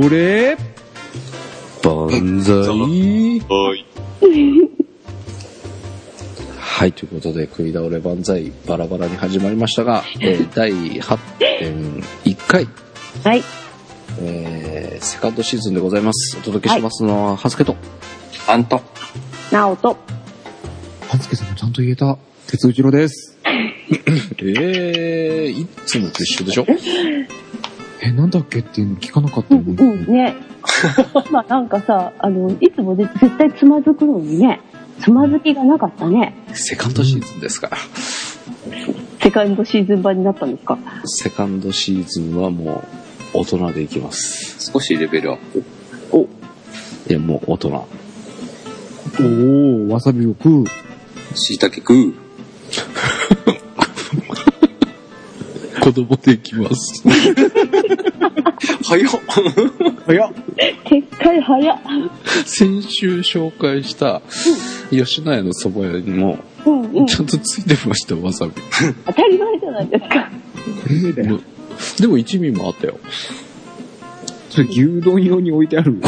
倒れ万歳。 はい。 はい、ということで、食い倒れ万歳、バラバラに始まりましたが、第 8.1 回。 はい。 セカンドシーズンでございます。お届けしますのは、はずけと。 あんと。 なおと。 はずけさんもちゃんと言えた。鉄内郎です。 いつもと一緒でしょ？ なんだっけっていうの聞かなかったよね。 ね。まあなんかさ、いつも絶対つまずくのにね、つまずきがなかったね。 セカンドシーズンですから。 セカンドシーズン版になったんですか？ セカンドシーズンはもう大人でいきます。 少しレベルアップ。 お。 いや、もう大人。 おー、わさびを食う。 しいたけ食う。 子供でいきます。 早っ。 早っ。 撤回早っ。 先週紹介した吉野家の蕎麦屋にもちゃんとついてました、わさび。 当たり前じゃないですか。 でも一味もあったよ。 それ牛丼用に置いてある。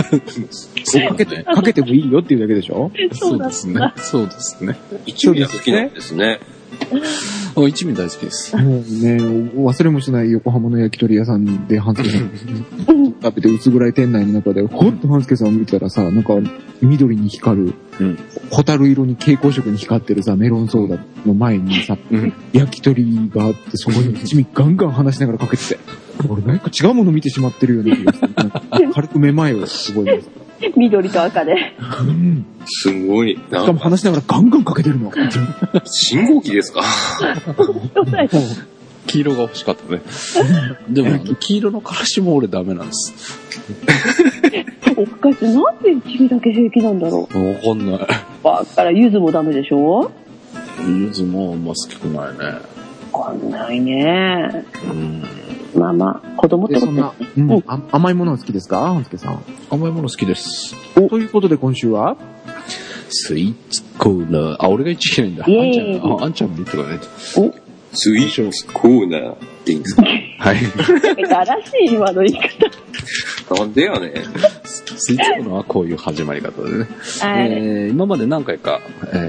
かけてもいいよっていうだけでしょ？ そうですね。そうですね。 一味は好きなんですね。 一味大好きです。 もうね、忘れもしない横浜の焼き鳥屋さんで半助さん食べて薄暗い店内の中で、ほっと半助さんを見たらさ、なんか緑に光る、ホタル色に蛍光色に光ってるさ、メロンソーダの前にさ、焼き鳥があって、そこに一味ガンガン話しながらかけてて、俺なんか違うもの見てしまってるような気がして、軽くめまいをすごいです。 緑と赤で。 すごい。 しかも話しながらガンガンかけてるの。 信号機ですか？ 黄色が欲しかったね。でも黄色のからしも俺ダメなんです。 おかしい。なんで一味だけ平気なんだろう。 わかんない。 だから柚子もダメでしょ？ 柚子もあんま好きくないね。 わかんないね。まあまあ、子供ってことですね。 甘いものは好きですか？半助さん。 甘いもの好きです。 ということで今週はスイーツコーナー。あ、俺が一位ないんだ。あんちゃんも言ってかね。 スイーツコーナーっていいんですか？ はい。 新しい今の言い方。なんでやねん。 スイーツコーナーはこういう始まり方でね。今まで何回か、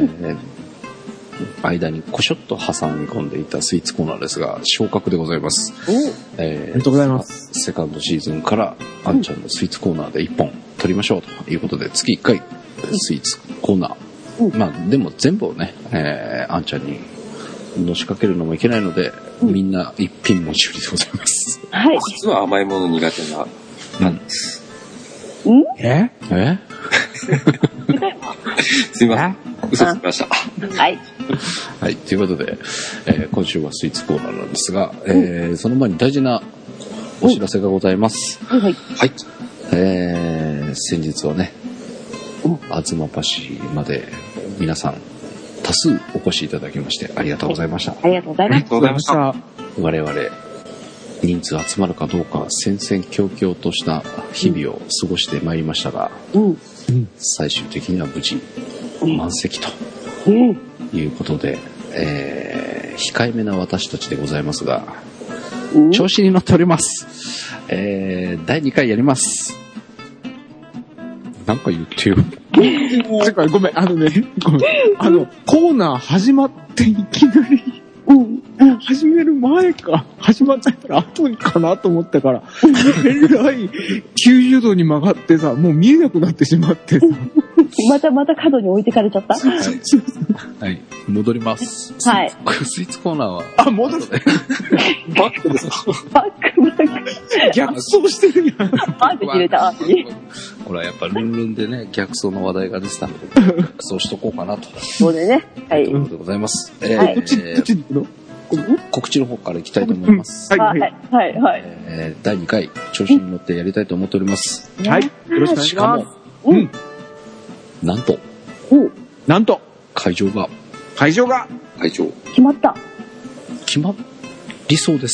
間にこしょっと挟み込んでいたスイーツコーナーですが、昇格でございます。 ありがとうございます。 セカンドシーズンからあんちゃんのスイーツコーナーで1本取りましょうということで、月1回スイーツコーナー。まあでも全部をね、あんちゃんにのしかけるのもいけないので、みんな一品持ち寄りでございます。 はい。 実は甘いもの苦手なんです。すいません。嘘つきました。 はい。 はい。ということで、今週はスイーツコーナーなんですが、その前に大事なお知らせがございます。 はい。 はい。 先日はね、東橋まで皆さん多数お越しいただきましてありがとうございました。 ありがとうございました。 ありがとうございました。 我々人数集まるかどうか戦々恐々とした日々を過ごしてまいりましたが、最終的には無事満席ということで、控えめな私たちでございますが、調子に乗っております。第2回やります。なんか言ってよ。 ごめん、コーナー始まっていきなり、始める前か、始まったら後にかなと思ったから、えらい90度に曲がってさ、もう見えなくなってしまってさ。 また角に置いてかれちゃった。 はい、戻ります。 はい。 スイーツコーナーは。 あ、戻る。 バックですか？ バック。 逆走してるやん。 バック入れた。 ほら、やっぱルンルンでね、逆走の話題が出てたので、逆走しとこうかなと。 そうでね。はい。 ということでございます。 こっちに行くの？ 告知の方から行きたいと思います。 はい。 第2回、調子に乗ってやりたいと思っております。 はい。よろしくお願いします。 なんと、会場が決まった。 決まりそうです。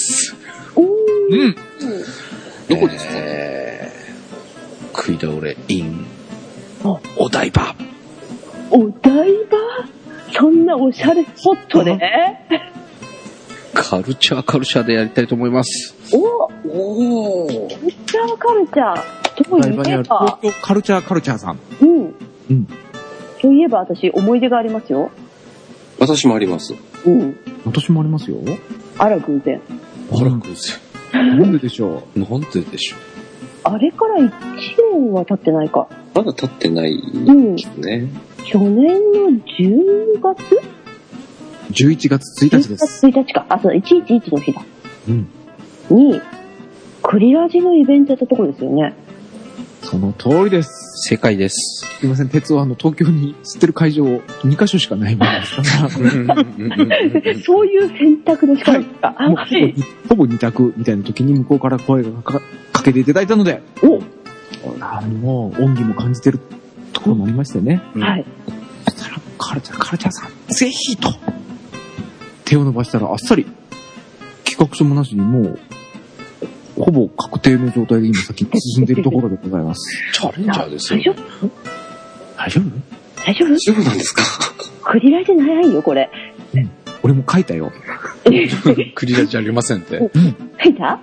どこですか？ 食い倒れ in お台場。 お台場？そんなおしゃれスポットで？ カルチャーでやりたいと思います。 おー。 カルチャーカルチャー。といえば。 東京カルチャーさん。 うん。うん。といえば私、思い出がありますよ。 私もあります。 うん。 私もありますよ。 あら、偶然。 あら、偶然。 なんででしょう。なんででしょう。 あれから1年は経ってないか。 まだ経ってないですね。 去年の10月 ?11 月1日です。 11月1日か。あ、そう、111の日だ。 うん。 に、クリラジのイベントやったところですよね。 その通りです。 正解です。 すいません、鉄は東京に知ってる会場2カ所しかないものですから。 そういう選択の仕方ですか。 はい、ほぼ2択みたいな時に向こうから声がかけていただいたので、もう恩義も感じてるところもありましてね。 はい。 そしたらカルチャーさん、ぜひと手を伸ばしたらあっさり企画書もなしにもうほぼ確定の状態で今先に進んでいるところでございます。 チャレンジャーですよ。 大丈夫なんですか？ クリラジないよ、これ。 うん。俺も書いたよ。 クリラジありませんって。 書いた？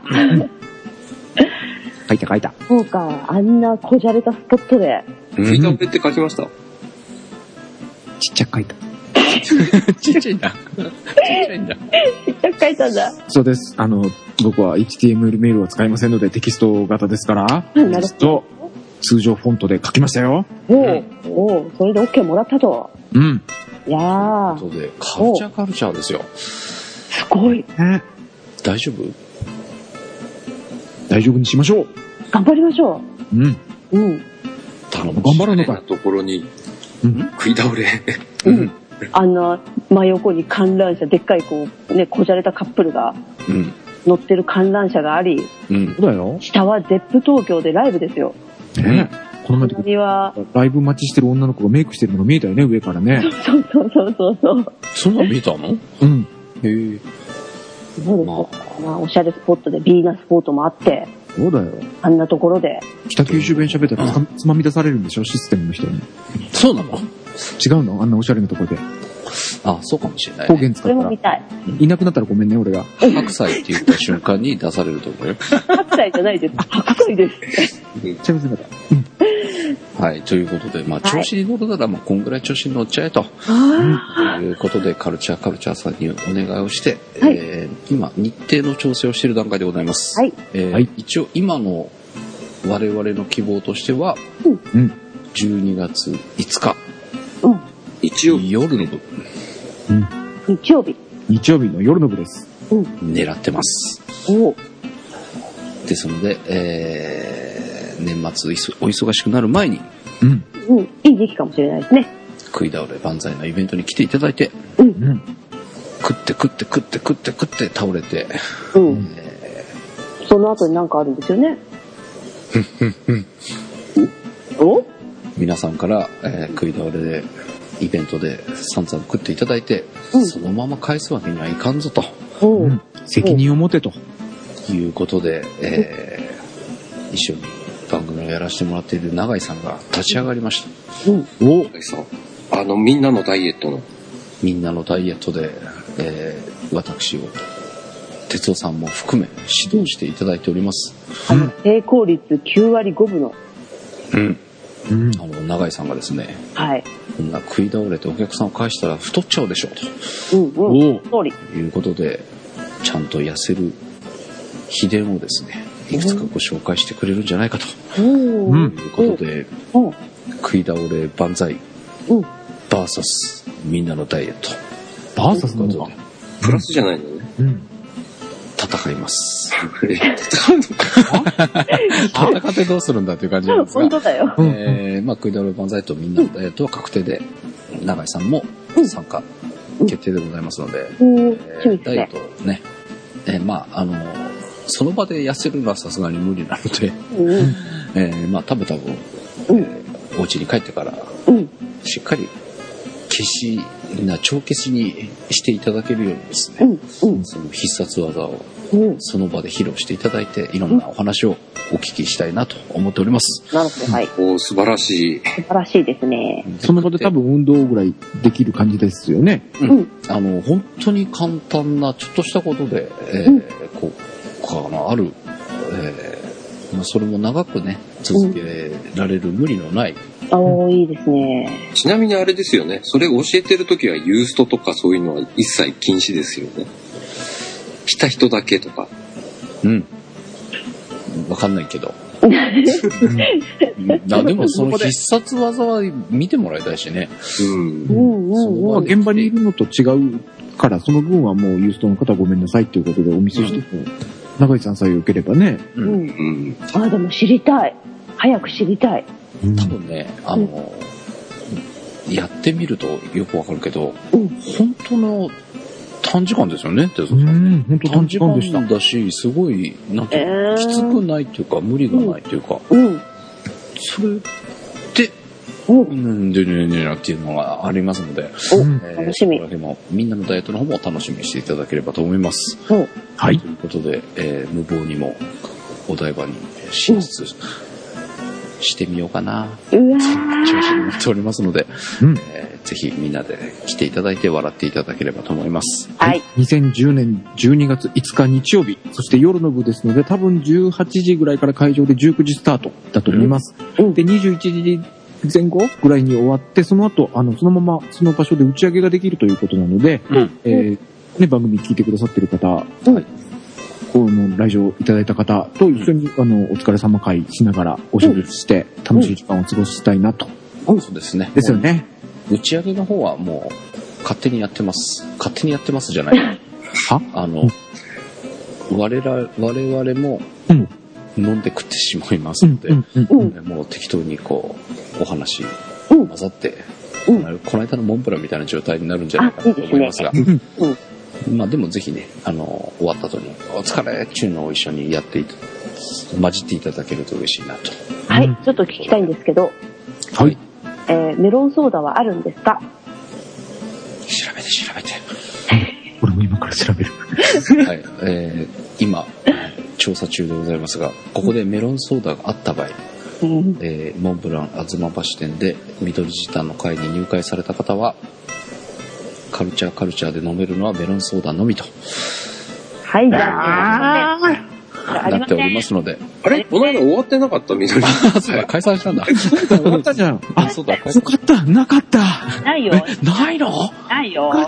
書いた。 そうか、あんなこじゃれたスポットで。 吹いたって書きました。 ちっちゃく書いた。 ちっちゃいんだ。ちっちゃく書いたんだ。 そうです。僕は HTML メールを使いませんのでテキスト型ですから、テキスト通常フォントで書きましたよ。 おそれで OK もらったと。 うん。 いやー。 ということで、カルチャーですよ。 すごい。 大丈夫？ 大丈夫にしましょう。 頑張りましょう。うん。 うん。 頼む。頑張るのか。 ところに、食い倒れ。 うん。真横に観覧車、でっかいこじゃれたカップルが、乗ってる観覧車があり、 そうだよ。 下はゼップ東京でライブですよ。 この前はライブ待ちしてる女の子がメイクしてるのが見えたよね、上からね。 そう。 そんなの見えたの？ うん。 へえ。 そうですよ。おしゃれスポットでビーナスポートもあって。 そうだよ。 あんなところで。 北九州弁喋ったらつまみ出されるんでしょ、システムの人に。 そうなの？ 違うの？あんなおしゃれなとこで。 あ、そうかもしれない、 方言使ったら。 それも見たい。 いなくなったらごめんね、俺が。 白菜って言った瞬間に出されると思うよ。 白菜じゃないです。白菜です。 ちゃいませんかった。 はい、ということで、調子に乗るなら、こんぐらい調子に乗っちゃえと。いうことで、カルチャーさんにお願いをして、今、日程の調整をしている段階でございます。一応、今の我々の希望としては、12月5日。 日曜日。 夜の部。 日曜日の夜の部です。 狙ってます。ですので、年末お忙しくなる前に、 いい時期かもしれないですね。 食い倒れ万歳のイベントに来ていただいて、食って倒れて、 その後に何かあるんですよね。 皆さんから、食い倒れでイベントで散々食っていただいて、そのまま返すわけにはいかんぞと、 責任を持てということで、一緒に番組をやらせてもらっている永井さんが立ち上がりました。 永井さん、みんなのダイエットで、私を哲夫さんも含め指導していただいております。 成功率9割5分の。 永井さんがですね、こんな食い倒れてお客さんを返したら太っちゃうでしょうと、いうことで、ちゃんと痩せる秘伝をですね、いくつかご紹介してくれるんじゃないかということで、食い倒れ万歳バーサスみんなのダイエットバーサスのことでプラスじゃないのね。 戦います。 戦うのか？ 戦ってどうするんだっていう感じなんですが、 本当だよ。 食い倒れ万歳とみんなのダイエットは確定で、永井さんも参加決定でございますので、ダイエットね、その場で痩せるのはさすがに無理なので、多分、お家に帰ってから、しっかり帳消しにしていただけるようにですね、その必殺技をその場で披露していただいて、いろんなお話をお聞きしたいなと思っております。 なるほど、 素晴らしい。 素晴らしいですね。 その場で多分運動ぐらいできる感じですよね。 本当に簡単なちょっとしたことで、効果のある、 それも長くね、続けられる無理のない。 いいですね。 ちなみにあれですよね。それ教えてるときはユーストとかそういうのは一切禁止ですよね。来た人だけとか。 わかんないけど。でもその必殺技は見てもらいたいしね。 現場にいるのと違うから、その分はもうユーストの方ごめんなさいっていうことでお見せしても、中井さんさえ良ければね。 でも知りたい。早く知りたい。 多分ね、やってみるとよくわかるけど、本当の短時間ですよね、哲夫さん。本当短時間でした。だし、すごい、なんていうか、きつくないというか、無理がないというか、それで、っていうのがありますので、 楽しみ。 でもみんなのダイエットの方も楽しみにしていただければと思います。 はい。 ということで、無謀にもお台場に進出してみようかな。調子に乗っておりますので、ぜひみんなで来ていただいて笑っていただければと思います。 はい。 2010年12月5日日曜日、そして夜の部ですので、多分18時ぐらいから会場で19時スタートだと思います。で、21時前後ぐらいに終わって、その後、そのままその場所で打ち上げができるということなので、番組聞いてくださってる方、この来場いただいた方と一緒に、お疲れ様会しながらお食事して楽しい時間を過ごしたいなと。 そうですね。 ですよね。 打ち上げの方はもう勝手にやってます。勝手にやってますじゃない。我々も飲んで食ってしまいますので、もう適当にこうお話混ざって、この間のモンブランみたいな状態になるんじゃないかなと思いますが、でもぜひね、終わった後にお疲れっていうのを一緒にやって混じっていただけると嬉しいなと。 はい、ちょっと聞きたいんですけど。 はい。 メロンソーダはあるんですか？ 調べて。 俺も今から調べる。 はい、今調査中でございますが、ここでメロンソーダがあった場合、モンブラン東橋店で緑舌の会に入会された方は、カルチャーで飲めるのはメロンソーダのみと。 はい、じゃあ。 なっておりますので。 あれこの間終わってなかった緑そうだ、解散したんだ。 終わったじゃん。 そうだ、 よかった。なかった。 ないよ。 ないの？ ないよ。 よかった。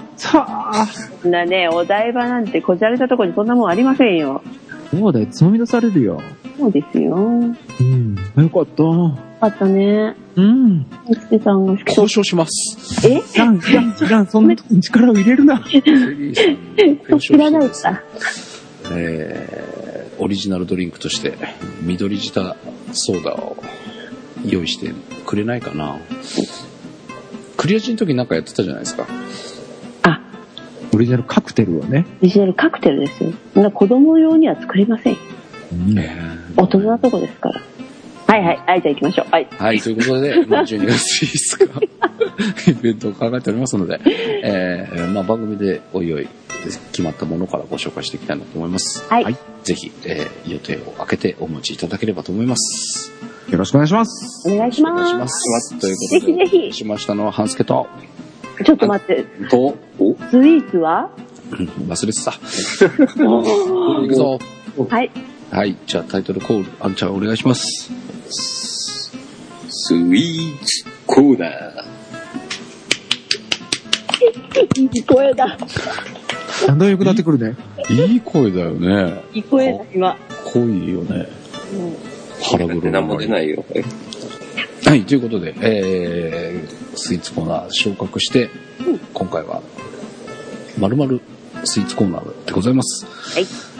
そんなね、お台場なんてこじゃれたとこにそんなもんありませんよ。 そうだよ、つまみ出されるよ。 そうですよ。 よかった。 よかったね。すけさんが好き。 交渉します。 ラン、そんなとこに力を入れるな。 知らないか。 オリジナルドリンクとして緑舌ソーダを用意してくれないかな。クリアチの時なんかやってたじゃないですか。 オリジナルカクテルはね。 オリジナルカクテルですよ。そんな子供用には作れません。大人なとこですから。はい、じゃあ行きましょう。はい、 ということで、12月5日イベントを考えておりますので、番組でおいおい決まったものからご紹介していきたいなと思います。 はい。 ぜひ、予定を空けてお持ちいただければと思います。 よろしくお願いします。 お願いします。 ということで、 ぜひ。 しましたのは半助と。 ちょっと待って。スイーツは？ 忘れてた。行くぞ。 はい。 はい、じゃあタイトルコール、あんちゃんお願いします。 スイーツコーナー。 いい声だ。 だんだん良くなってくるね。 いい声だよね。 いい声だ、今。 濃いよね。腹黒い。 何も出ないよ。 はい、ということで、スイーツコーナー昇格して、今回は、〇〇スイーツコーナーでございます。 はい。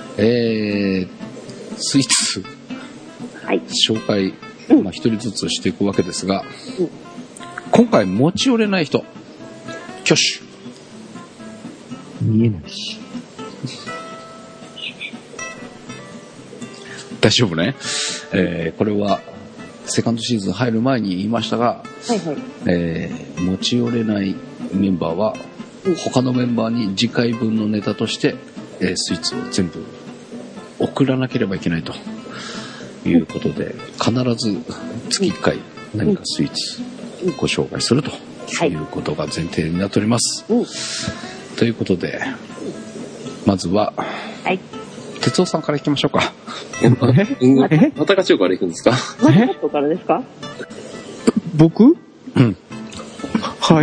スイーツ、紹介、一人ずつしていくわけですが、今回持ち寄れない人、挙手。 見えないし。 大丈夫ね。これは、セカンドシーズン入る前に言いましたが、持ち寄れないメンバーは、他のメンバーに次回分のネタとして、スイーツを全部送らなければいけないということで、必ず月1回何かスイーツご紹介するということが前提になっております。ということで、まずは、哲夫さんからいきましょうか。 またガチョウから行くんですか？ マスカットからですか？ 僕？うん。はい。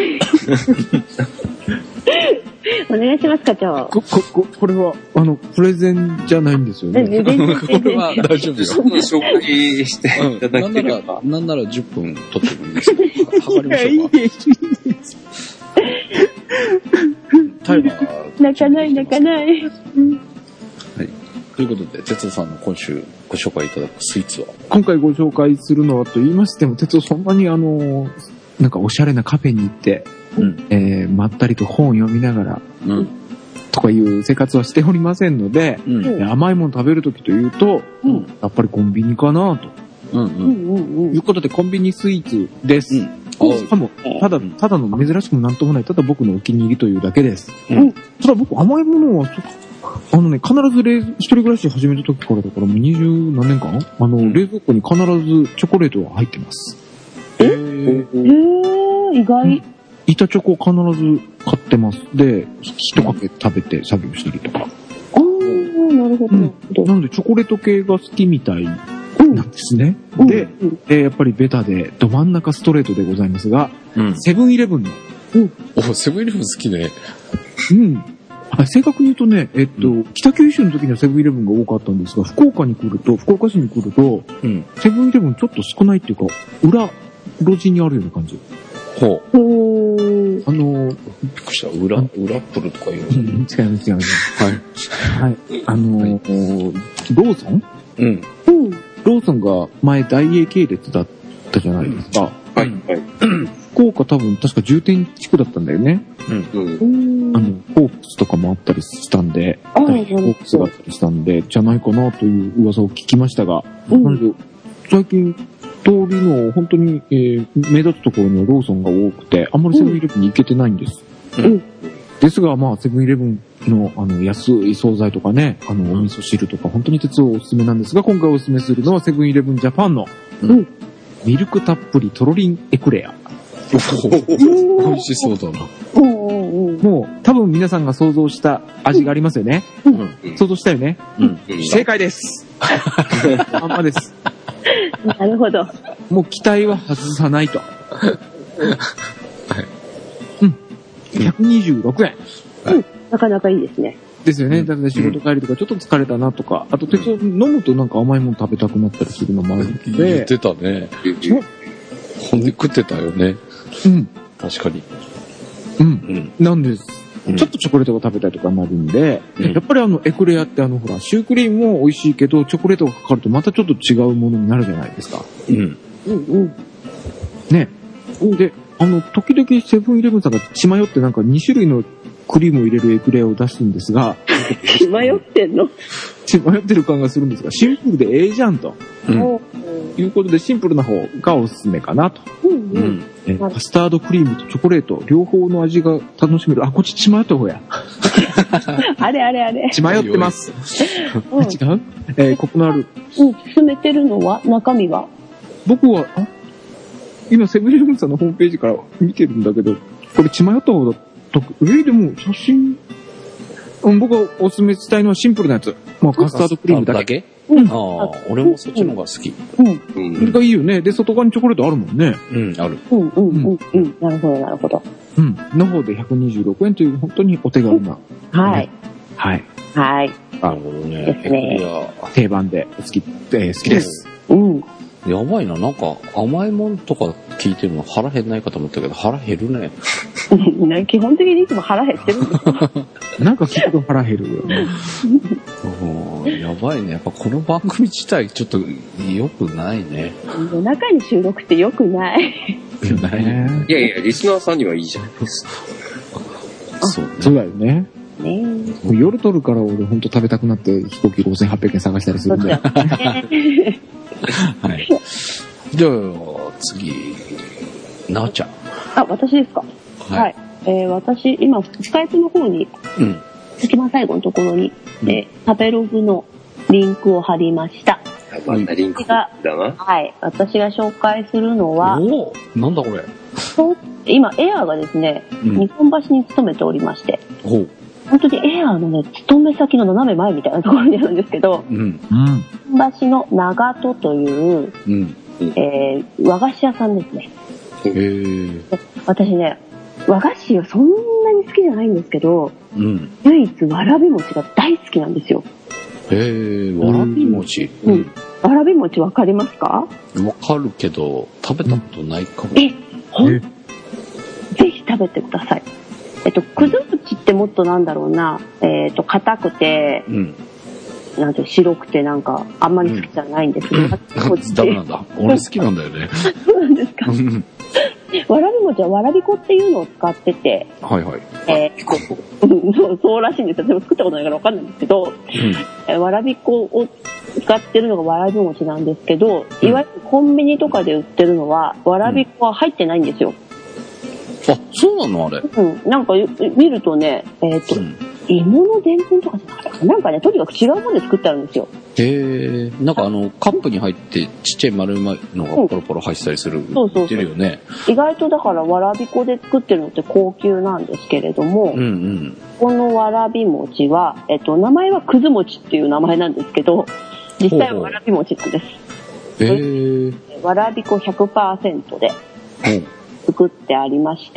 お願いします、課長。 これは、プレゼンじゃないんですよね。 これは大丈夫ですよ。 紹介していただければ。 なんなら10分撮ってもいいですよ。測りましょうか。タイマー。 泣かない。はい。 ということで、哲夫さんの今週ご紹介いただくスイーツは？ 今回ご紹介するのはと言いましても、哲夫そんなになんかおしゃれなカフェに行って、まったりと本を読みながら、とかいう生活はしておりませんので、甘いもの食べるときというと、やっぱりコンビニかなと。いうことで、コンビニスイーツです。しかも、ただの珍しくもなんともない、ただ僕のお気に入りというだけです。ただ僕甘いものは、必ず一人暮らし始めた時からだからもう20何年間冷蔵庫に必ずチョコレートが入ってます。 意外。 板チョコを必ず買ってます。で、一かけ食べて作業したりとか。 なるほど。 なのでチョコレート系が好きみたいなんですね。で、やっぱりベタでど真ん中ストレートでございますが、セブンイレブンの。 セブンイレブン好きね。 正確に言うとね、北九州の時にはセブンイレブンが多かったんですが、福岡市に来ると、セブンイレブンちょっと少ないっていうか、裏路地にあるような感じ。 ほう。びっくりした。裏ップルとかいうの。 違います。はい。ローソン？ローソンが前大英系列だったじゃないですか。福岡確か重点地区だったんだよね。ホークスとかもあったりしたんで、ホークスがあったりしたんで、じゃないかなという噂を聞きましたが、なので、最近、通りの本当に、目立つところにはローソンが多くて、あんまりセブンイレブンに行けてないんです。ですが、セブンイレブンの、安い惣菜とかね、お味噌汁とか、本当に鉄道おすすめなんですが、今回おすすめするのはセブンイレブンジャパンの、ミルクたっぷりとろりんエクレア。 美味しそうだな。 もう、多分皆さんが想像した味がありますよね。想像したよね。正解です。あんまです。 なるほど。 もう期待は外さないと。126円。 なかなかいいですね。 ですよね。だから仕事帰りとかちょっと疲れたなとか、あと鉄道飲むとなんか甘いもの食べたくなったりするのもあるので。 言ってたね。ほんで食ってたよね。確かに。 なんです。ちょっとチョコレートが食べたいとかなるんで、やっぱりエクレアってほら、シュークリームも美味しいけど、チョコレートがかかるとまたちょっと違うものになるじゃないですか。ね。で、時々セブンイレブンさんが血迷ってなんか2種類のクリームを入れるエクレアを出すんですが、 血迷ってんの？ 血迷ってる感がするんですが、シンプルでええじゃんと。いうことでシンプルな方がおすすめかなと。カスタードクリームとチョコレート、両方の味が楽しめる。こっち血迷った方や。 あれ。 血迷ってます。違う？コクのある。 進めてるのは中身は？僕は、今セブンイレブンさんのホームページから見てるんだけど、これ血迷った方だった。でも写真、僕がおすすめしたいのはシンプルなやつ。カスタードクリームだけ。 俺もそっちの方が好き。 それがいいよね。で、外側にチョコレートあるもんね。 ある。 なるほど。 の方で126円という本当にお手軽な。 はい。 なるほどね。 ですね。 定番で好きです。 やばいな。なんか甘いもんとか聞いてるの腹減んないかと思ったけど腹減るね。 基本的にいつも腹減ってるんですよ。 なんか聞くと腹減るよね。 やばいね。やっぱこの番組自体ちょっと良くないね。 夜中に収録って良くない。 いや、リスナーさんにはいいじゃないですか。 そうだよね。夜撮るから俺ほんと食べたくなって飛行機5800円探したりするんだよ。 じゃあ次、なおちゃん。 私ですか。はい。私、今、スカイプの方に、一番最後のところに、食べログのリンクを貼りました。 またリンクだな。 はい。私が紹介するのは、 なんだこれ。 今、エアーがですね、日本橋に勤めておりまして、 本当にエアーのね、勤め先の斜め前みたいなところにあるんですけど、橋の長門という、和菓子屋さんですね。私ね、和菓子はそんなに好きじゃないんですけど、唯一わらび餅が大好きなんですよ。 わらび餅、 わらび餅わかりますか？ わかるけど、食べたことないかも。 ぜひ食べてください。くず餅ってもっとなんだろうな、硬くて、なんて白くてなんかあんまり好きじゃないんですけど、 ダメなんだ。俺好きなんだよね。 そうなんですか。わらび餅はわらび粉っていうのを使ってて、そうらしいんですよ。でも作ったことないからわかんないんですけど、わらび粉を使ってるのがわらび餅なんですけど、いわゆるコンビニとかで売ってるのはわらび粉は入ってないんですよ。 あ、そうなのあれ。 なんか見るとね、芋のでんぷんとかじゃなかったかな。なんかね、とにかく違うもので作ってあるんですよ。 なんかカップに入ってちっちゃい丸いのがポロポロ入ってたりする。 そうてるよね。 意外とだからわらび粉で作ってるのって高級なんですけれども、このわらび餅は、名前はくず餅っていう名前なんですけど、実際はわらび餅なんです。わらび粉 100% で作ってありまして、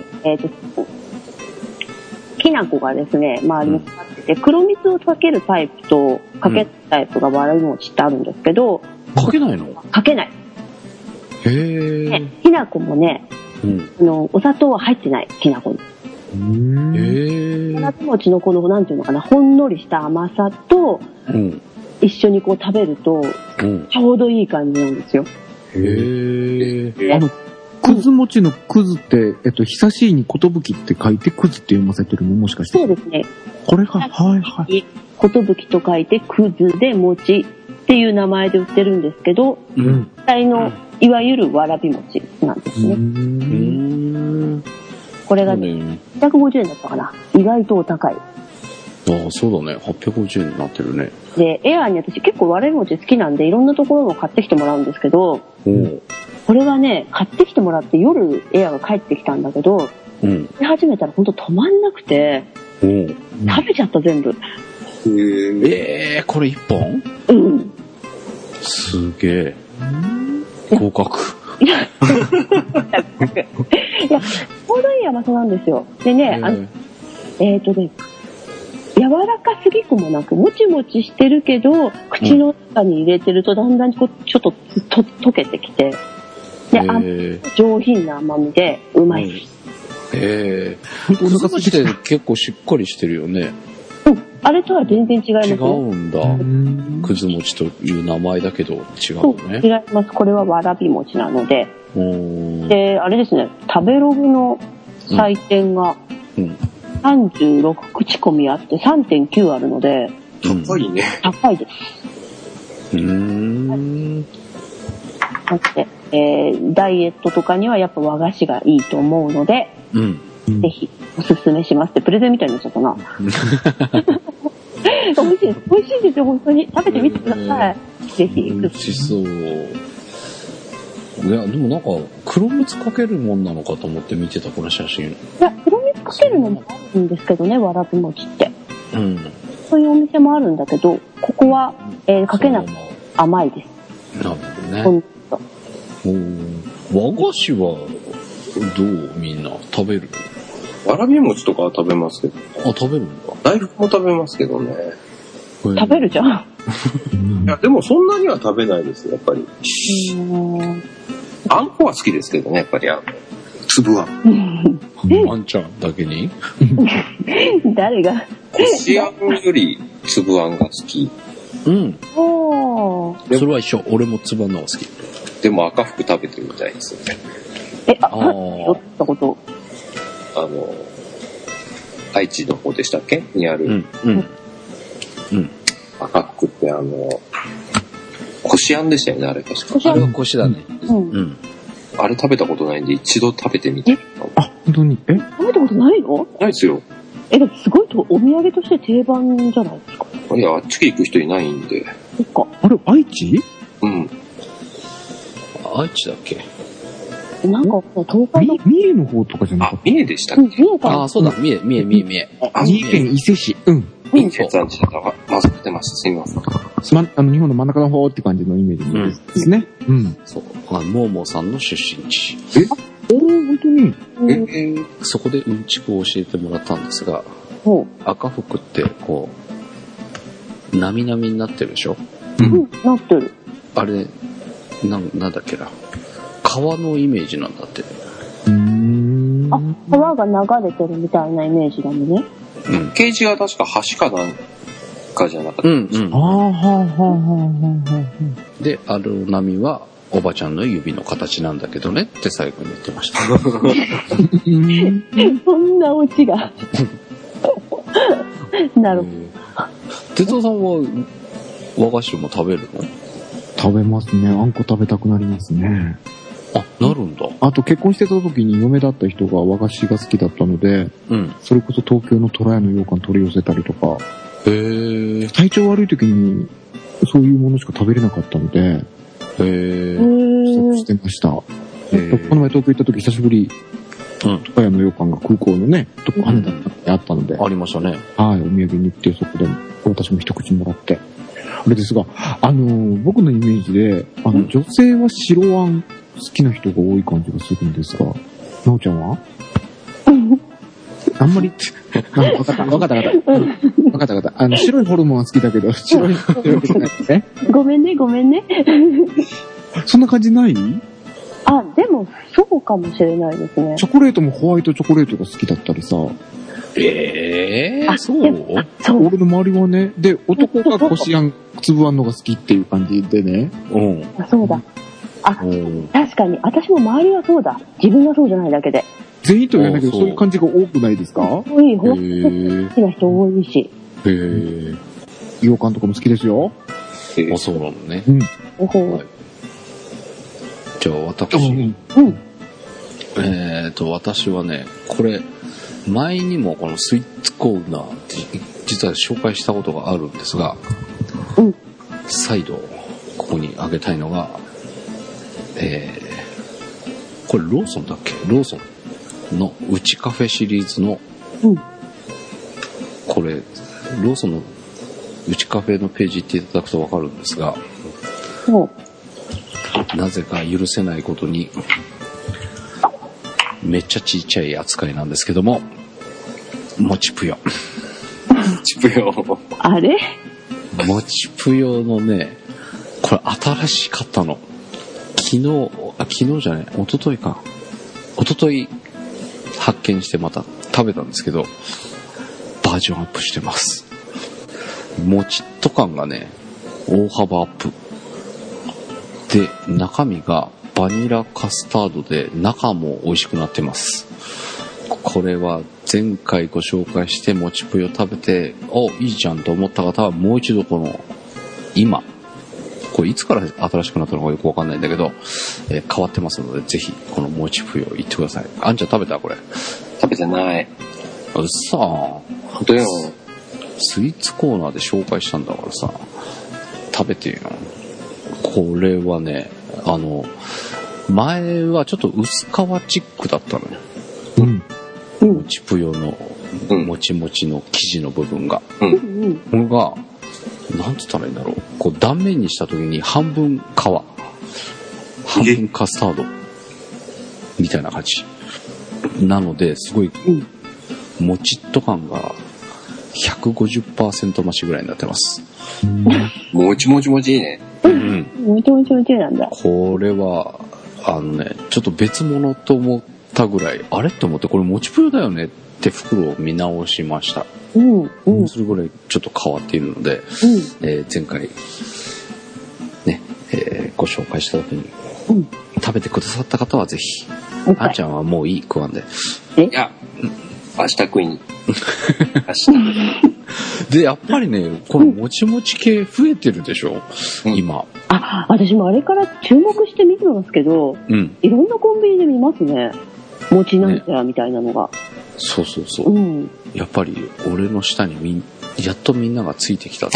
きな粉がですね、周りにかかってて、黒蜜をかけるタイプとかけないタイプがわらび餅ってあるんですけど、 かけないの？ かけない。きな粉もね、お砂糖は入ってない、きな粉に。わらび餅のこの、なんていうのかな、ほんのりした甘さと、一緒にこう食べると、ちょうどいい感じなんですよ。 くず餅のくずって、久しいにことぶきって書いてくずって読ませてるのもしかして。 そうですね。 これが、 ことぶきと書いてくずで餅っていう名前で売ってるんですけど、実際のいわゆるわらび餅なんですね。これがね、150円だったかな。意外とお高い。 そうだね。850円になってるね。 で、エアーに私結構わらび餅好きなんで、いろんなところの買ってきてもらうんですけど、これがね、買ってきてもらって夜エアが帰ってきたんだけど、食べ始めたらほんと止まんなくて、食べちゃった全部。 これ1本？すげえ。合格。 いや、ちょうどいい甘さなんですよ。でね、柔らかすぎくもなく、もちもちしてるけど、口の中に入れてるとだんだんこうちょっと溶けてきて、で、上品な甘みでうまい。 くず餅って結構しっかりしてるよね。 あれとは全然違います。違うんだ。くず餅という名前だけど違うね。 違います。これはわらび餅なので。で、あれですね、食べログの採点が36口コミあって 3.9 あるので。 高いね。 高いです。ダイエットとかにはやっぱ和菓子がいいと思うので、ぜひおすすめしますってプレゼンみたいになっちゃったな。美味しいです。美味しいですよ、本当に。食べてみてください。ぜひ。 美味しそう。いや、でもなんか黒蜜かけるもんなのかと思って見てたこの写真。いや、黒蜜かけるのもあるんですけどね、わらび餅って。そういうお店もあるんだけど、ここは、かけなくて甘いです。 なるほどね。和菓子はどうみんな食べる？ わらび餅とかは食べますけど。 食べるんだ。 大福も食べますけどね。 食べるじゃん。いや、でもそんなには食べないですよ、やっぱり。あんこは好きですけどね、やっぱり粒あん。 あんちゃんだけに誰が？ こしあんより粒あんが好き。 それは一緒。俺も粒あんのが好き。 でも赤福食べてみたいですよね。 酔ったこと。 愛知の方でしたっけにある。赤福ってこしあんでしたよね、あれ確か。 あれはこしだね。 あれ食べたことないんで一度食べてみて。 本当に？ 食べたことないの？ ないですよ。 すごいとお土産として定番じゃないですか。 いや、あっち行く人いないんで。 そっか。あれ、愛知？ 愛知だっけ？ なんか、東海の。 三重の方とかじゃなかった？ 三重でしたっけ？ ああ、そうだ、三重。 三重県伊勢市。うん。 三重産地だったら、混ざってます。すみません。 日本の真ん中の方って感じのイメージですね。うん。 そう。モーモーさんの出身地。 本当に？ そこでうんちくを教えてもらったんですが、赤福って、こう、なみなみになってるでしょ？ うん、なってる。 あれ、なんだっけな。川のイメージなんだって。 川が流れてるみたいなイメージだもんね。 パッケージは確か橋かなんかじゃなかったですか。 で、ある波はおばちゃんの指の形なんだけどねって最後に言ってました。 そんなオチが。なるほど。 哲夫さんは和菓子も食べるの？ 食べますね。あんこ食べたくなりますね。 あ、なるんだ。 あと結婚してた時に嫁だった人が和菓子が好きだったので、それこそ東京の虎屋の羊羹取り寄せたりとか、体調悪い時にそういうものしか食べれなかったので、ストップしてました。この前東京行った時久しぶり、虎屋の羊羹が空港のね、羽田にあったので、 ありましたね。 はい、お土産に行ってそこで私も一口もらって。あれですが、僕のイメージで、女性は白あん好きな人が多い感じがするんですが、なおちゃんは？あんまり、わかった。白いホルモンは好きだけど、白いホルモンじゃないですね。 ごめんね。 そんな感じない？ あ、でも、そうかもしれないですね。 チョコレートもホワイトチョコレートが好きだったりさ。 そう？ 俺の周りはね、で、男がこしあん、粒あんのが好きっていう感じでね。 そうだ。確かに、私も周りはそうだ。自分がそうじゃないだけで。 全員とは言わないけど、そういう感じが多くないですか？ 多い、好きな人多いし。 羊羹とかも好きですよ。 そうなのね。じゃあ、私はね、これ、前にもこのスイーツコーナーって実は紹介したことがあるんですが、再度ここに挙げたいのが、これローソンだっけ？ローソンのうちカフェシリーズの、これローソンのうちカフェのページ行っていただくと分かるんですが、なぜか許せないことにめっちゃちっちゃい扱いなんですけども、もちぷよ。 あれ？ もちぷよのね、これ新しかったの。昨日じゃない、一昨日発見してまた食べたんですけど、バージョンアップしてます。もちっと感がね、大幅アップ。で、中身がバニラカスタードで中も美味しくなってます。これは前回ご紹介してもちぷよ食べて、いいじゃんと思った方はもう一度今、これいつから新しくなったのかよくわかんないんだけど、変わってますので、ぜひこのもちぷよ行ってください。あんちゃん食べた？これ。 食べてない。 うっさー。 本当よ。 スイーツコーナーで紹介したんだからさ、食べてよ。これはね、前はちょっと薄皮チックだったのよ。もちぷよのもちもちの生地の部分が。これが、なんて言ったらいいんだろう。こう断面にした時に半分皮、半分カスタードみたいな感じ。なので、すごい、もちっと感が 150% 増しぐらいになってます。 もちもちもちいいね。 もちもちもちなんだ。 これは、ちょっと別物と思ったぐらい、あれって思って、これもちぷよだよねって袋を見直しました。それぐらいちょっと変わっているので、前回、ね、ご紹介した時に、食べてくださった方はぜひ。あんちゃんはもういい、食わんで。 いや、明日食いに。 で、やっぱりね、このもちもち系増えてるでしょ、今。 私もあれから注目して見てますけど、いろんなコンビニで見ますね。もちなんちゃらみたいなのが。 そう。やっぱり俺の下にやっとみんながついてきたって。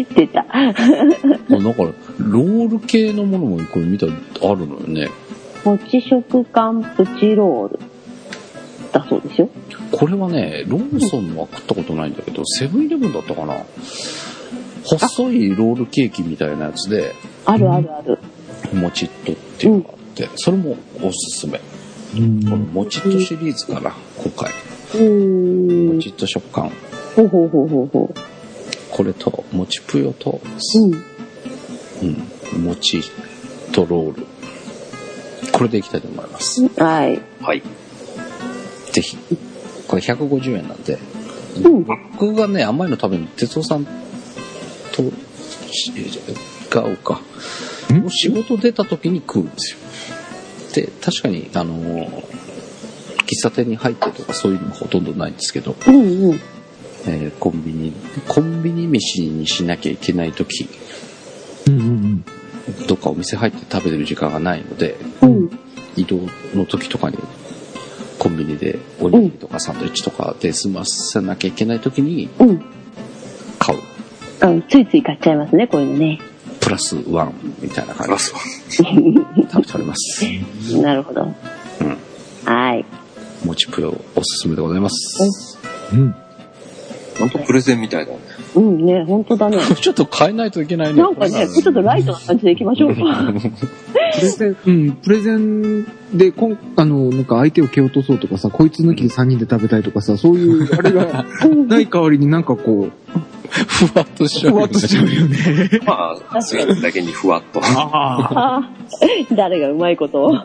出た。 だからロール系のものもこれ見たらあるのよね。 餅食感プチロールだそうですよ。 これはね、ローソンのは食ったことないんだけど、セブンイレブンだったかな。細いロールケーキみたいなやつで、 あるあるある。 もちっとっていうのがあって、それもおすすめ。このもちっとシリーズかな、今回。もちっと食感。 ほうほうほうほうほう。 これと、もちぷよと、もちとロール。これでいきたいと思います。 はい。 はい。 ぜひ。これ150円なんで、僕がね、甘いの食べるの、哲夫さんと、が合うか。仕事出た時に食うんですよ。で、確かに、喫茶店に入ってとかそういうのほとんどないんですけど、コンビニ飯にしなきゃいけない時、どっかお店入って食べてる時間がないので、移動の時とかにコンビニでおにぎりとかサンドイッチとかで済ませなきゃいけない時に買う。 ついつい買っちゃいますね、こういうのね。 プラスワンみたいな感じで食べます。 なるほど。はい。 もちぷよおすすめでございます。 本当プレゼンみたいだね。 ね、本当だね。 ちょっと変えないといけないね。 なんかね、ちょっとライトな感じでいきましょうか。 プレゼンでなんか相手を蹴落とそうとかさ、こいつ抜きで3人で食べたいとかさ、そういうあれがない代わりになんかこう、 ふわっとしちゃうよね。 まあ、スイーツだけにふわっと。 誰がうまいことを。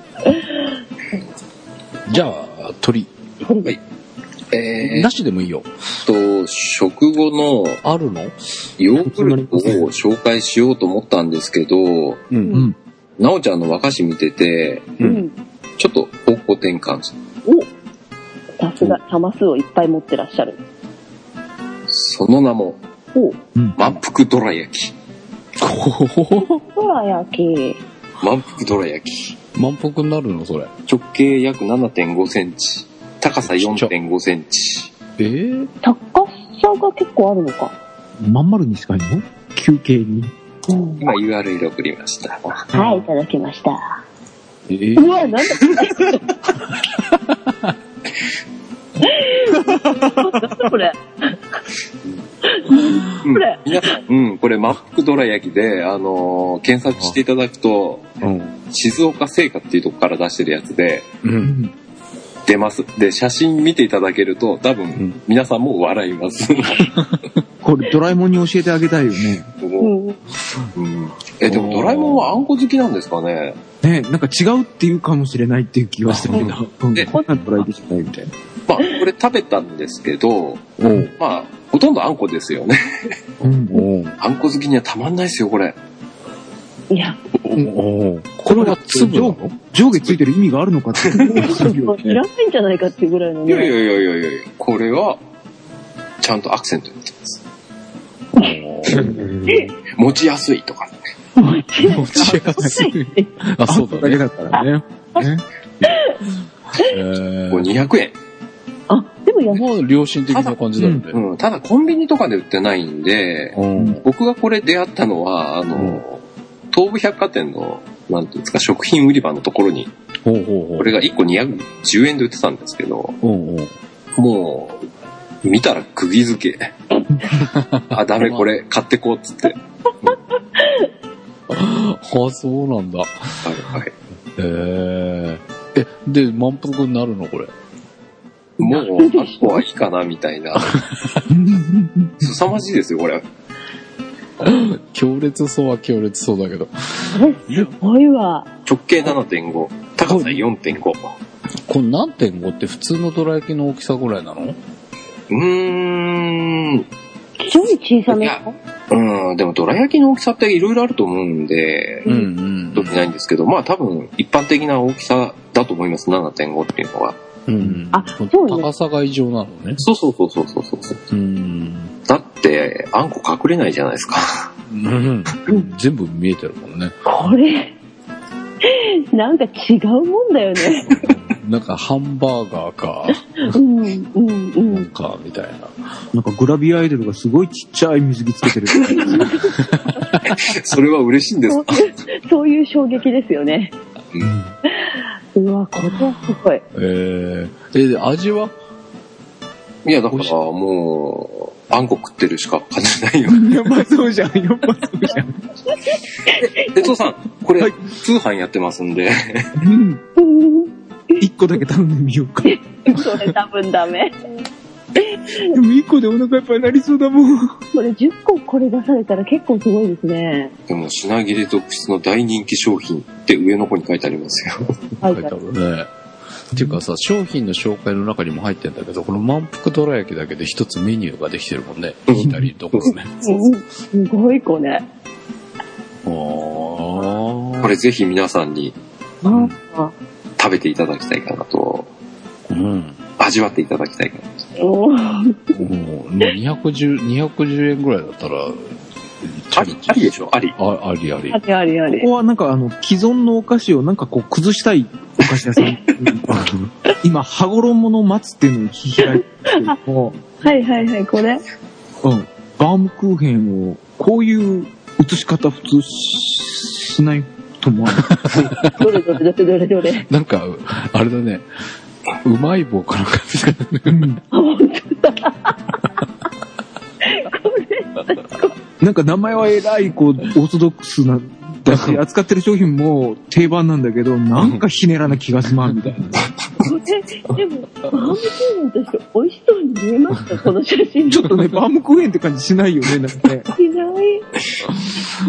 じゃあ、鳥。 はい。 なしでもいいよ。 食後のあるのヨーグルトを紹介しようと思ったんですけど、なおちゃんの和菓子見てて、ちょっと方向転換する。 さすが、玉数をいっぱい持ってらっしゃる。 その名も、満腹どら焼き。 どら焼き。 満腹どら焼き。 満腹になるのそれ。 直径約 7.5 センチ。高さ 4.5 センチ。 高さが結構あるのか。 まん丸に近いの？球形に。 今 URL 送りました。 はい、いただきました。うわ、なんだこれ。 皆さん、これ満腹どら焼きで、検索していただくと、静岡製菓っていうとこから出してるやつで、出ます。で、写真見ていただけると、多分、皆さんも笑います。 これ、ドラえもんに教えてあげたいよね。 でもドラえもんはあんこ好きなんですかね？ ね、なんか違うって言うかもしれないっていう気はしたけど、こんなドラえでしないみたいな。 まあ、これ食べたんですけど、まあ、ほとんどあんこですよね。あんこ好きにはたまんないですよ、これ。 いや。 これは粒の上下ついてる意味があるのかって。いらないんじゃないかっていうぐらいのね。 いや、これは、ちゃんとアクセントになってます。持ちやすいとかね。 持ちやすい。あ、そうだね。 だったらね。 これ200円。 でも安い。 まあ、良心的な感じだよね。 ただコンビニとかで売ってないんで、僕がこれ出会ったのは、東武百貨店の、なんていうんですか、食品売り場のところに、これが1個210円で売ってたんですけど、もう、見たら釘付け。ダメ、これ買ってこうっつって。 そうなんだ。 はい。 で、満腹になるのこれ。 もう、あとはいいかな、みたいな。凄まじいですよ、これ。 強烈そうは強烈そうだけど。 すごいわ。 直径 7.5、高さ 4.5。これ何点5って普通のどら焼きの大きさぐらいなの？ 非常に小さめか？ でもどら焼きの大きさっていろいろあると思うんで、特にないんですけど、まあ多分一般的な大きさだと思います、7.5 っていうのは。 そうね。 高さが異常なのね。 そう。だって、あんこ隠れないじゃないですか。 全部見えてるもんね。 これ、なんか違うもんだよね。 なんかハンバーガーか。なんか、みたいな。 なんかグラビアアイドルがすごいちっちゃい水着つけてる。 それは嬉しいんですか？ そういう衝撃ですよね。 うわ、これはすごい。 味は？ いや、だからもう、あんこ食ってるしか感じないよ。 やっぱそうじゃん、やっぱそうじゃん。 哲夫さん、これ、通販やってますんで。 1個だけ頼んでみようか。 それ多分ダメ。 でも1個でお腹いっぱいになりそうだもん。 これ10個これ出されたら結構すごいですね。 でも品切れ続出の大人気商品って上の方に書いてありますよ。 書いてあるね。っていうかさ、商品の紹介の中にも入ってんだけど、この満腹どら焼きだけで一つメニューができてるもんね。左ところね。 すごいこれ。 これぜひ皆さんに食べていただきたいかなと。味わっていただきたいかなと。 もう210円ぐらいだったら、 ありでしょ？あり。 あり。 こここはなんか既存のお菓子をなんかこう崩したいお菓子屋さん。今、羽衣の松っていうのを聞き開いてるけど。 はい、これ。 バームクーヘンを、こういう写し方普通しないと思わない。 どれ。 なんか、あれだね。うまい棒かなんかですかね。 本当だ。これ。 なんか名前は偉い、こう、オーソドックスな、だし、扱ってる商品も定番なんだけど、なんかひねらな気がすまんみたいな。 でも、バームクーヘンとして美味しそうに見えました、この写真。 ちょっとね、バームクーヘンって感じしないよね、なんかね。 しない。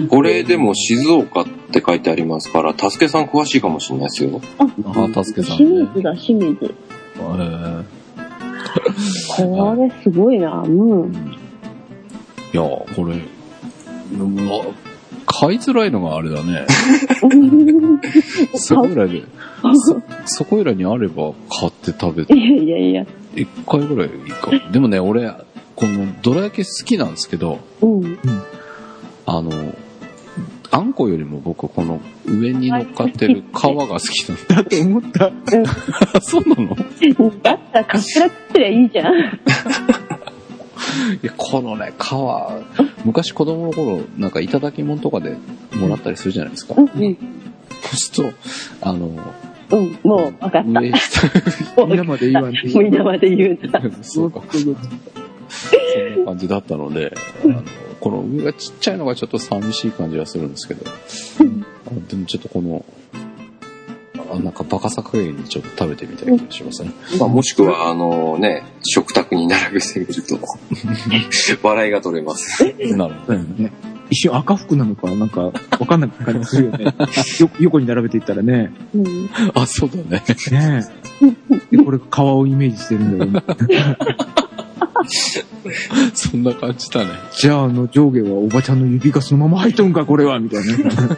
これでも静岡って書いてありますから、たすけさん詳しいかもしれないですよ。 たすけさん、 清水だ、清水。これすごいな、 いや、これ、買いづらいのがあれだね。そこいらにあれば買って食べて。 いや。 一回ぐらいいいか。でもね、俺、このどら焼き好きなんですけど、あんこよりも僕、この上に乗っかってる皮が好きなんだ。 だと思った。 そうなの？ だったらカステラ食ってりゃいいじゃん。 いや、このね、皮、昔子供の頃、なんかいただき物とかでもらったりするじゃないですか。そうすると、 もう分かった。 皆まで言わんでいい。 皆まで言うんだ。 そうか。そんな感じだったので、この上がちっちゃいのがちょっと寂しい感じがするんですけど、でもちょっとこの、なんかバカさ加減にちょっと食べてみたい気がしますね。 もしくは、食卓に並べてみると、笑いが取れます。 なるほどね。 一瞬赤服なのか、なんか、わかんなく感じするよね。横に並べていったらね。 あ、そうだね。 ねえ。これ、皮をイメージしてるんだよね。 そんな感じだね。 じゃあ、上下はおばちゃんの指がそのまま入っとんか、これは、みたいな。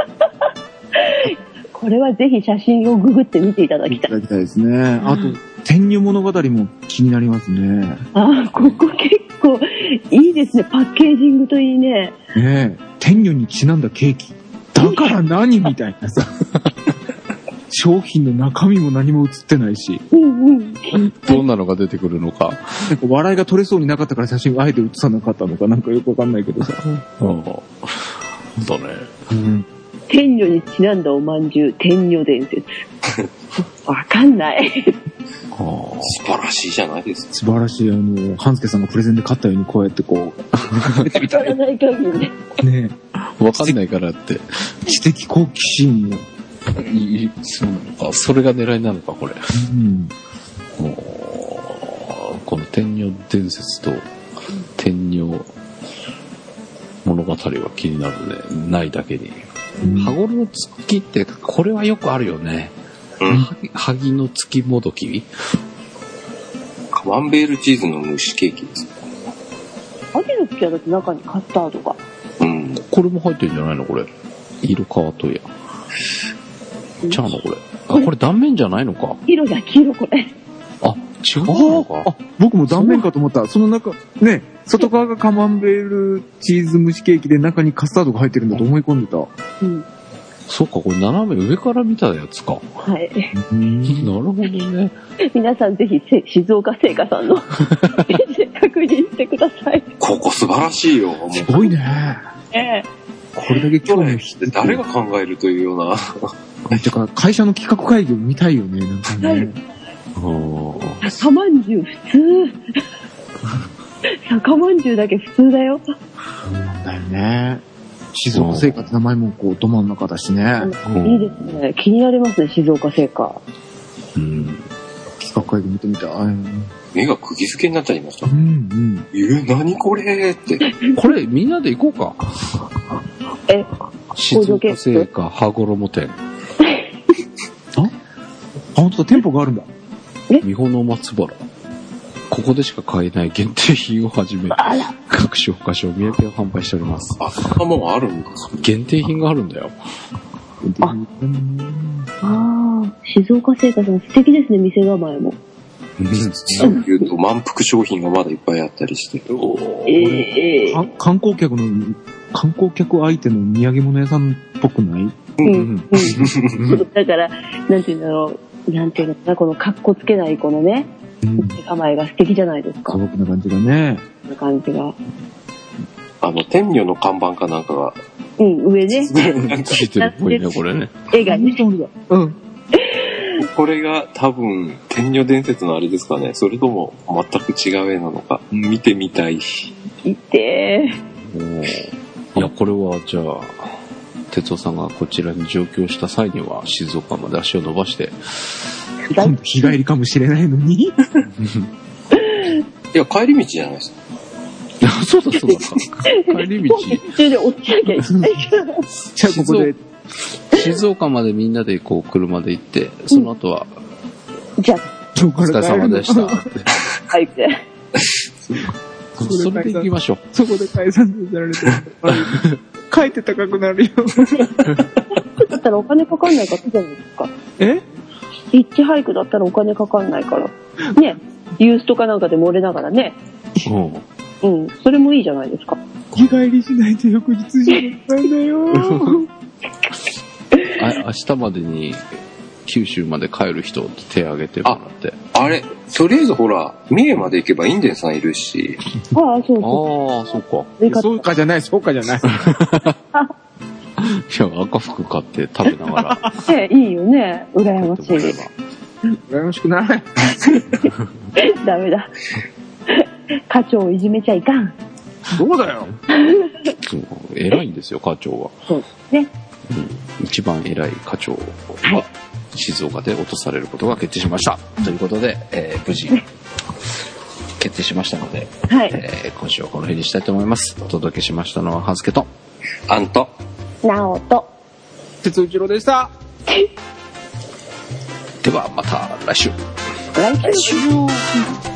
これはぜひ写真をググって見ていただきたい。 いただきたいですね。あと、天女物語も気になりますね。 ここ結構いいですね。パッケージングといいね。 ねえ、天女にちなんだケーキ。だから何みたいなさ。商品の中身も何も映ってないし。 どんなのが出てくるのか。 なんか笑いが取れそうになかったから写真をあえて写さなかったのかなんかよくわかんないけどさ。 だね。 天女にちなんだおまんじゅう、天女伝説。わかんない。 素晴らしいじゃないですか。 素晴らしい。半助さんがプレゼンで買ったようにこうやってこう。 わからない限りね。 ねえ。わかんないからって。 知的好奇心を。 そうなのか。それが狙いなのか、これ。この天女伝説と天女物語は気になるね。ないだけに。羽衣の月って、これはよくあるよね。萩の月もどき。 カマンベールチーズの蒸しケーキです。 萩の月はだって中にカスタードが。 これも入ってるんじゃないのこれ。色変わっとや。ちゃうのこれ。これ断面じゃないのか。 黄色これ。 違うのか。 僕も断面かと思った。その中、ね、外側がカマンベールチーズ蒸しケーキで中にカスタードが入ってるんだと思い込んでた。 そっか、これ斜め上から見たやつか。 はい。 なるほどね。 皆さんぜひ静岡製菓さんの確認してください。 ここ素晴らしいよ。 すごいね。これだけ興味を誰が考えるというような。 てか、会社の企画会議を見たいよね、なんかね。 酒まんじゅう普通。酒まんじゅうだけ普通だよ。 そうなんだよね。静岡製菓って名前もこう、ど真ん中だしね。 いいですね。気になりますね、静岡製菓。 企画会議見てみたい。 目が釘付けになっちゃいました。何これって。 これ、みんなで行こうか。静岡製菓羽衣店。 本当だ、店舗があるんだ。 三保の松原。ここでしか買えない限定品をはじめ、各種お菓子を土産を販売しております。 そんなもんあるんだ。 限定品があるんだよ。 静岡製菓さん素敵ですね、店構えも。 そう言うと満腹商品がまだいっぱいあったりして。 観光客相手の土産物屋さんっぽくない？ だから、なんていうんだろう。なんていうのかな、このカッコつけないこのね、構えが素敵じゃないですか。 素朴な感じがね。 な感じが。 天女の看板かなんかが。 上ね。 ついてるっぽいね、これね。 絵がね。 これが多分、天女伝説のあれですかね。それとも全く違う絵なのか。見てみたい。 見ていや、これはじゃあ、哲夫さんがこちらに上京した際には静岡まで足を伸ばして今度日帰りかもしれないのにいや帰り道じゃないですか。そうだ帰り道途中で落ちなきゃいけないからじゃあここで静岡までみんなでこう車で行ってその後は、 じゃあお疲れ様でしたってはいそれで行きましょう。 そこで解散させられて帰って高くなるよだったらお金かかんないからいいじゃないですか。ヒッチハイクだったらお金かかんないからね、ユースとかなんかで漏れながらね。それもいいじゃないですか。 日帰りしないと翌日じゃなんだよ明日までに九州まで帰る人手挙げてもらって。 あれとりあえずほら三重まで行けばインデンさんいるし。 そうか。 そうかじゃない。 いや、赤服買って食べながら。いいよね。羨ましい。 羨ましくない。 ダメだ。課長をいじめちゃいかん。 そうだよ。 偉いんですよ、課長は。 そうですね。 一番偉い課長は静岡で落とされることが決定しました。ということで、無事決定しましたので、今週はこの辺にしたいと思います。お届けしましたのは、はずけと、 あんと、 なおと、 鉄内郎でした。 ではまた来週。 来週。